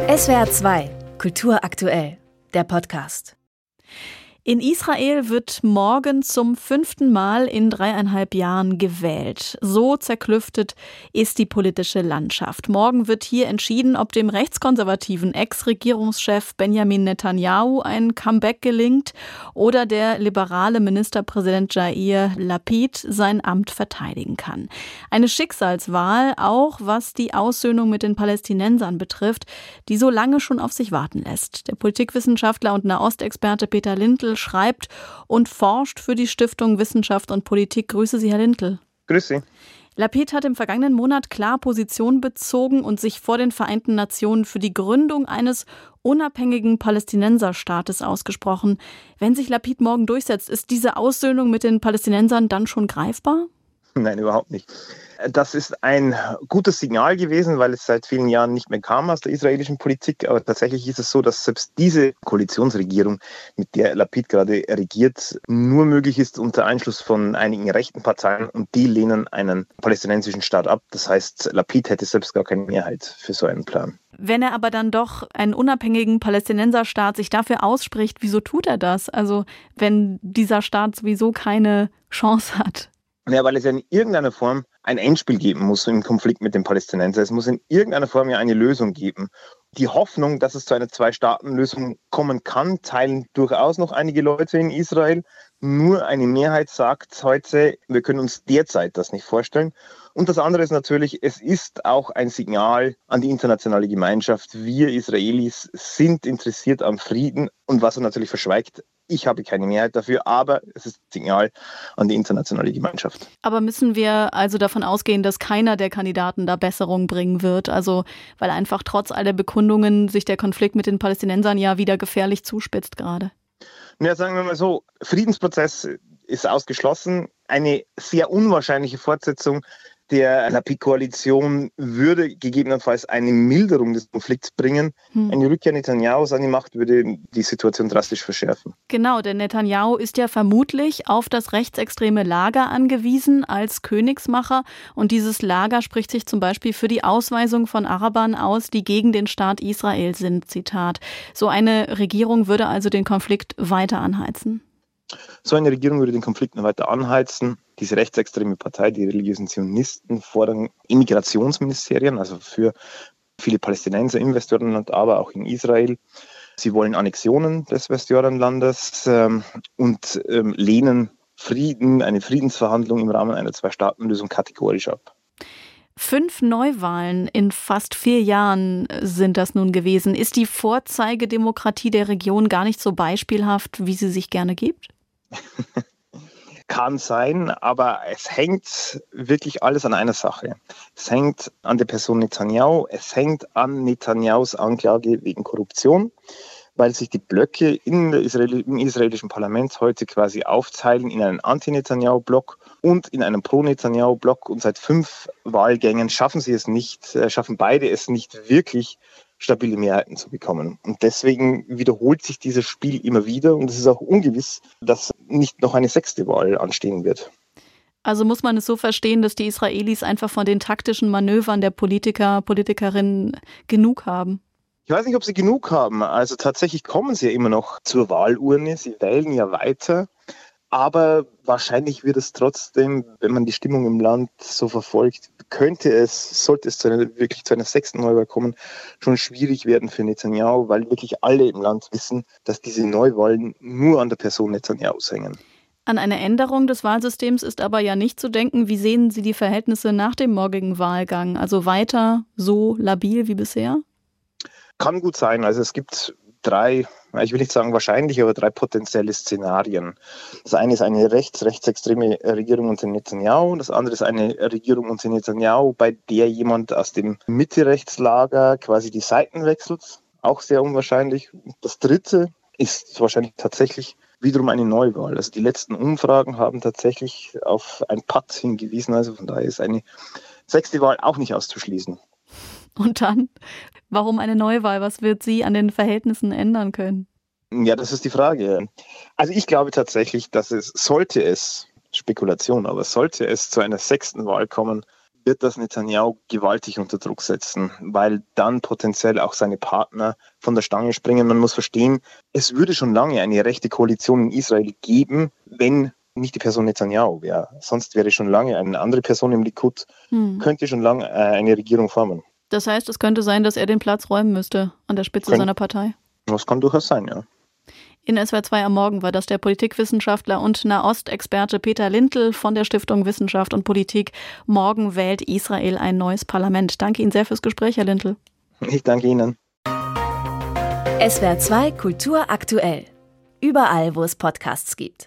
SWR 2, Kultur aktuell, der Podcast. In Israel wird morgen zum 5. Mal in 3,5 Jahren gewählt. So zerklüftet ist die politische Landschaft. Morgen wird hier entschieden, ob dem rechtskonservativen Ex-Regierungschef Benjamin Netanyahu ein Comeback gelingt oder der liberale Ministerpräsident Yair Lapid sein Amt verteidigen kann. Eine Schicksalswahl, auch was die Aussöhnung mit den Palästinensern betrifft, die so lange schon auf sich warten lässt. Der Politikwissenschaftler und Nahostexperte Peter Lintl schreibt und forscht für die Stiftung Wissenschaft und Politik. Grüße Sie, Herr Lintl. Grüß Sie. Lapid hat im vergangenen Monat klar Position bezogen und sich vor den Vereinten Nationen für die Gründung eines unabhängigen Palästinenserstaates ausgesprochen. Wenn sich Lapid morgen durchsetzt, ist diese Aussöhnung mit den Palästinensern dann schon greifbar? Nein, überhaupt nicht. Das ist ein gutes Signal gewesen, weil es seit vielen Jahren nicht mehr kam aus der israelischen Politik. Aber tatsächlich ist es so, dass selbst diese Koalitionsregierung, mit der Lapid gerade regiert, nur möglich ist unter Einschluss von einigen rechten Parteien, und die lehnen einen palästinensischen Staat ab. Das heißt, Lapid hätte selbst gar keine Mehrheit für so einen Plan. Wenn er aber dann doch einen unabhängigen Palästinenserstaat sich dafür ausspricht, wieso tut er das? Also wenn dieser Staat sowieso keine Chance hat. Ja, weil es ja in irgendeiner Form ein Endspiel geben muss im Konflikt mit den Palästinensern. Es muss in irgendeiner Form ja eine Lösung geben. Die Hoffnung, dass es zu einer Zwei-Staaten-Lösung kommen kann, teilen durchaus noch einige Leute in Israel. Nur eine Mehrheit sagt heute, wir können uns derzeit das nicht vorstellen. Und das andere ist natürlich, es ist auch ein Signal an die internationale Gemeinschaft. Wir Israelis sind interessiert am Frieden. Und was er natürlich verschweigt, ich habe keine Mehrheit dafür, aber es ist ein Signal an die internationale Gemeinschaft. Aber müssen wir also davon ausgehen, dass keiner der Kandidaten da Besserung bringen wird? Also weil einfach trotz all der Bekundungen sich der Konflikt mit den Palästinensern ja wieder gefährlich zuspitzt gerade. Ja, sagen wir mal so, Friedensprozess ist ausgeschlossen. Eine sehr unwahrscheinliche Fortsetzung der Lapid-Koalition würde gegebenenfalls eine Milderung des Konflikts bringen. Eine Rückkehr Netanyahus an die Macht würde die Situation drastisch verschärfen. Genau, denn Netanyahu ist ja vermutlich auf das rechtsextreme Lager angewiesen als Königsmacher. Und dieses Lager spricht sich zum Beispiel für die Ausweisung von Arabern aus, die gegen den Staat Israel sind. Zitat. So eine Regierung würde also den Konflikt weiter anheizen. So eine Regierung würde den Konflikt noch weiter anheizen. Diese rechtsextreme Partei, die religiösen Zionisten, fordern Immigrationsministerien, also für viele Palästinenser im Westjordanland, aber auch in Israel. Sie wollen Annexionen des Westjordanlandes und lehnen Frieden, eine Friedensverhandlung im Rahmen einer Zwei-Staaten-Lösung kategorisch ab. 5 Neuwahlen in fast 4 Jahren sind das nun gewesen. Ist die Vorzeigedemokratie der Region gar nicht so beispielhaft, wie sie sich gerne gibt? Kann sein, aber es hängt wirklich alles an einer Sache. Es hängt an der Person Netanyahu, es hängt an Netanyahus Anklage wegen Korruption, weil sich die Blöcke im israelischen Parlament heute quasi aufteilen in einen Anti-Netanyahu-Block und in einen Pro-Netanyahu-Block. Und seit 5 Wahlgängen schaffen beide es nicht wirklich, stabile Mehrheiten zu bekommen. Und deswegen wiederholt sich dieses Spiel immer wieder. Und es ist auch ungewiss, dass nicht noch eine 6. Wahl anstehen wird. Also muss man es so verstehen, dass die Israelis einfach von den taktischen Manövern der Politikerinnen genug haben? Ich weiß nicht, ob sie genug haben. Also tatsächlich kommen sie ja immer noch zur Wahlurne. Sie wählen ja weiter. Aber wahrscheinlich wird es trotzdem, wenn man die Stimmung im Land so verfolgt, sollte es wirklich zu einer 6. Neuwahl kommen, schon schwierig werden für Netanyahu, weil wirklich alle im Land wissen, dass diese Neuwahlen nur an der Person Netanyahus hängen. An eine Änderung des Wahlsystems ist aber ja nicht zu denken. Wie sehen Sie die Verhältnisse nach dem morgigen Wahlgang? Also weiter so labil wie bisher? Kann gut sein. Also es gibt 3, ich will nicht sagen wahrscheinlich, aber 3 potenzielle Szenarien. Das eine ist eine rechtsextreme Regierung unter Netanyahu. Das andere ist eine Regierung unter Netanyahu, bei der jemand aus dem Mitte-Rechtslager quasi die Seiten wechselt. Auch sehr unwahrscheinlich. Das dritte ist wahrscheinlich tatsächlich wiederum eine Neuwahl. Also die letzten Umfragen haben tatsächlich auf ein Patt hingewiesen. Also von daher ist eine 6. Wahl auch nicht auszuschließen. Und dann, warum eine Neuwahl? Was wird sie an den Verhältnissen ändern können? Ja, das ist die Frage. Also ich glaube tatsächlich, dass sollte es Spekulation, aber sollte es zu einer 6. Wahl kommen, wird das Netanyahu gewaltig unter Druck setzen, weil dann potenziell auch seine Partner von der Stange springen. Man muss verstehen, es würde schon lange eine rechte Koalition in Israel geben, wenn nicht die Person Netanyahu wäre. Sonst wäre schon lange eine andere Person im Likud, könnte schon lange eine Regierung formen. Das heißt, es könnte sein, dass er den Platz räumen müsste an der Spitze seiner Partei? Das kann durchaus sein, ja. In SWR 2 am Morgen war das der Politikwissenschaftler und Nahostexperte Peter Lintl von der Stiftung Wissenschaft und Politik. Morgen wählt Israel ein neues Parlament. Danke Ihnen sehr fürs Gespräch, Herr Lintl. Ich danke Ihnen. SWR 2 Kultur aktuell. Überall, wo es Podcasts gibt.